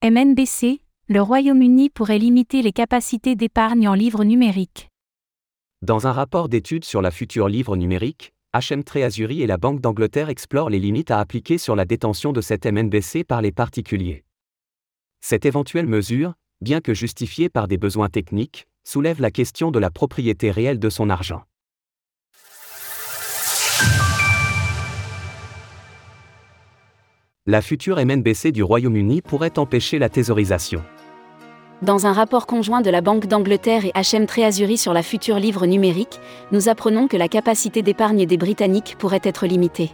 MNBC, le Royaume-Uni pourrait limiter les capacités d'épargne en livres numériques. Dans un rapport d'étude sur la future livre numérique, HM Treasury et la Banque d'Angleterre explorent les limites à appliquer sur la détention de cette MNBC par les particuliers. Cette éventuelle mesure, bien que justifiée par des besoins techniques, soulève la question de la propriété réelle de son argent. La future MNBC du Royaume-Uni pourrait empêcher la thésaurisation. Dans un rapport conjoint de la Banque d'Angleterre et HM Treasury sur la future livre numérique, nous apprenons que la capacité d'épargne des Britanniques pourrait être limitée.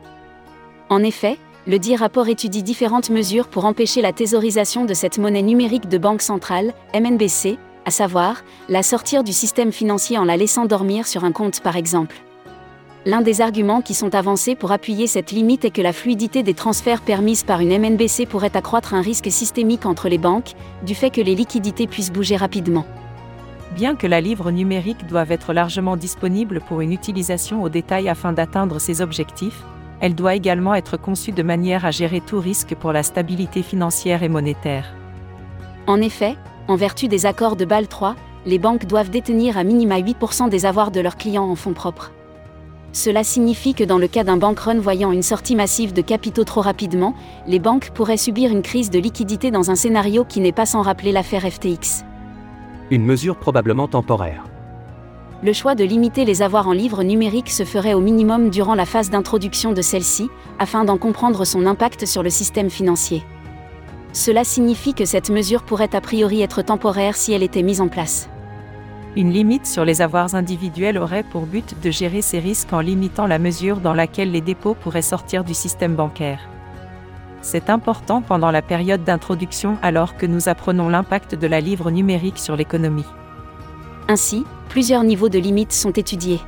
En effet, le dit rapport étudie différentes mesures pour empêcher la thésaurisation de cette monnaie numérique de banque centrale, MNBC, à savoir, la sortir du système financier en la laissant dormir sur un compte par exemple. L'un des arguments qui sont avancés pour appuyer cette limite est que la fluidité des transferts permises par une MNBC pourrait accroître un risque systémique entre les banques, du fait que les liquidités puissent bouger rapidement. Bien que la livre numérique doive être largement disponible pour une utilisation au détail afin d'atteindre ses objectifs, elle doit également être conçue de manière à gérer tout risque pour la stabilité financière et monétaire. En effet, en vertu des accords de Bâle III, les banques doivent détenir à minima 8% des avoirs de leurs clients en fonds propres. Cela signifie que dans le cas d'un bank run voyant une sortie massive de capitaux trop rapidement, les banques pourraient subir une crise de liquidité dans un scénario qui n'est pas sans rappeler l'affaire FTX. Une mesure probablement temporaire. Le choix de limiter les avoirs en livres numériques se ferait au minimum durant la phase d'introduction de celle-ci, afin d'en comprendre son impact sur le système financier. Cela signifie que cette mesure pourrait a priori être temporaire si elle était mise en place. Une limite sur les avoirs individuels aurait pour but de gérer ces risques en limitant la mesure dans laquelle les dépôts pourraient sortir du système bancaire. C'est important pendant la période d'introduction alors que nous apprenons l'impact de la livre numérique sur l'économie. Ainsi, plusieurs niveaux de limites sont étudiés.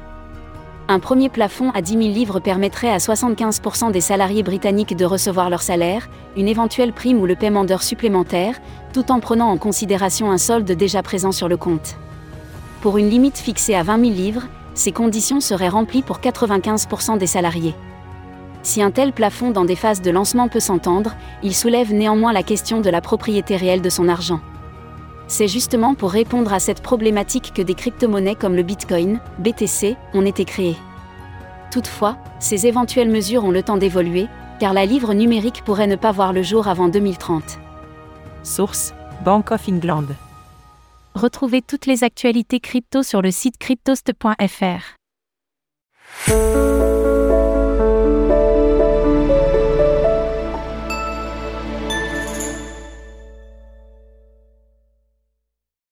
Un premier plafond à 10 000 livres permettrait à 75% des salariés britanniques de recevoir leur salaire, une éventuelle prime ou le paiement d'heures supplémentaires, tout en prenant en considération un solde déjà présent sur le compte. Pour une limite fixée à 20 000 livres, ces conditions seraient remplies pour 95% des salariés. Si un tel plafond dans des phases de lancement peut s'entendre, il soulève néanmoins la question de la propriété réelle de son argent. C'est justement pour répondre à cette problématique que des crypto-monnaies comme le Bitcoin, BTC, ont été créées. Toutefois, ces éventuelles mesures ont le temps d'évoluer, car la livre numérique pourrait ne pas voir le jour avant 2030. Source: Bank of England. Retrouvez toutes les actualités crypto sur le site cryptost.fr.